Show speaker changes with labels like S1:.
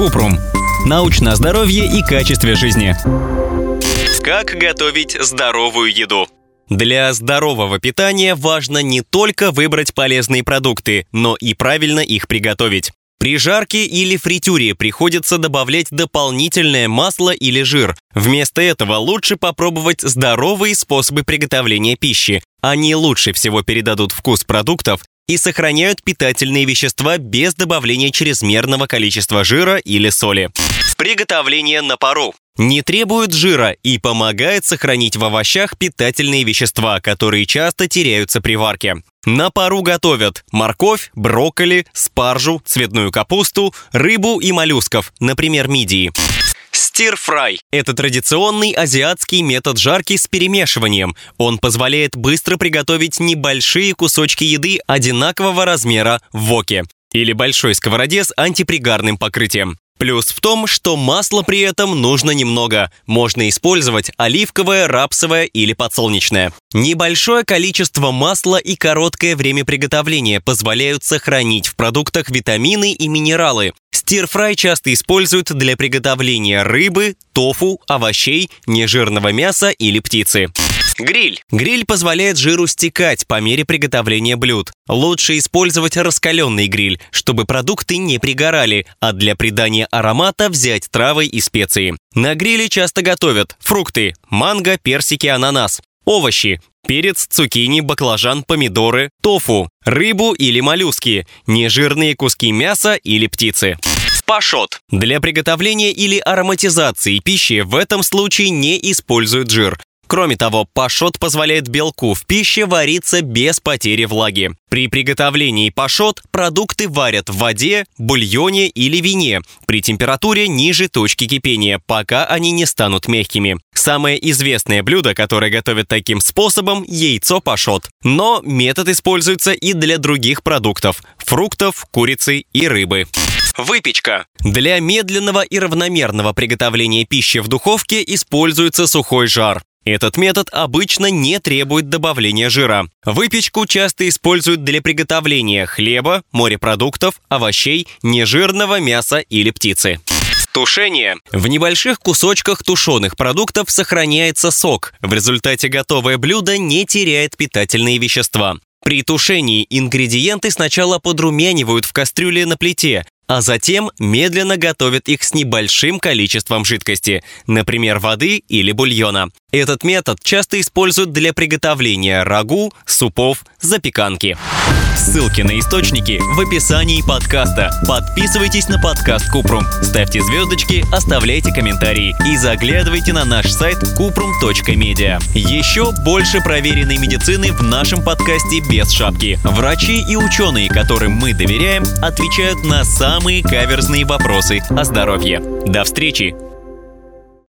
S1: Купрум. Научное здоровье и качестве жизни.
S2: Как готовить здоровую еду? Для здорового питания важно не только выбрать полезные продукты, но и правильно их приготовить. При жарке или фритюре приходится добавлять дополнительное масло или жир. Вместо этого лучше попробовать здоровые способы приготовления пищи. Они лучше всего передадут вкус продуктов и сохраняют питательные вещества без добавления чрезмерного количества жира или соли. Приготовление на пару не требует жира и помогает сохранить в овощах питательные вещества, которые часто теряются при варке. На пару готовят морковь, брокколи, спаржу, цветную капусту, рыбу и моллюсков, например, мидии. Стир-фрай – это традиционный азиатский метод жарки с перемешиванием. Он позволяет быстро приготовить небольшие кусочки еды одинакового размера в воке или большой сковороде с антипригарным покрытием. Плюс в том, что масла при этом нужно немного. Можно использовать оливковое, рапсовое или подсолнечное. Небольшое количество масла и короткое время приготовления позволяют сохранить в продуктах витамины и минералы. Стир-фрай часто используют для приготовления рыбы, тофу, овощей, нежирного мяса или птицы. Гриль. Гриль позволяет жиру стекать по мере приготовления блюд. Лучше использовать раскаленный гриль, чтобы продукты не пригорали, а для придания аромата взять травы и специи. На гриле часто готовят фрукты – манго, персики, ананас. Овощи – перец, цукини, баклажан, помидоры, тофу, рыбу или моллюски, нежирные куски мяса или птицы. Пашот. Для приготовления или ароматизации пищи в этом случае не используют жир. Кроме того, пашот позволяет белку в пище вариться без потери влаги. При приготовлении пашот продукты варят в воде, бульоне или вине при температуре ниже точки кипения, пока они не станут мягкими. Самое известное блюдо, которое готовят таким способом – яйцо пашот. Но метод используется и для других продуктов – фруктов, курицы и рыбы. Выпечка. Для медленного и равномерного приготовления пищи в духовке используется сухой жар. Этот метод обычно не требует добавления жира. Выпечку часто используют для приготовления хлеба, морепродуктов, овощей, нежирного мяса или птицы. Тушение. В небольших кусочках тушеных продуктов сохраняется сок. В результате готовое блюдо не теряет питательные вещества. При тушении ингредиенты сначала подрумянивают в кастрюле на плите, а затем медленно готовят их с небольшим количеством жидкости, например, воды или бульона. Этот метод часто используют для приготовления рагу, супов, запеканки. Ссылки на источники в описании подкаста. Подписывайтесь на подкаст Купрум, ставьте звездочки, оставляйте комментарии и заглядывайте на наш сайт kuprum.media. Еще больше проверенной медицины в нашем подкасте без шапки. Врачи и ученые, которым мы доверяем, отвечают на самые каверзные вопросы о здоровье. До встречи!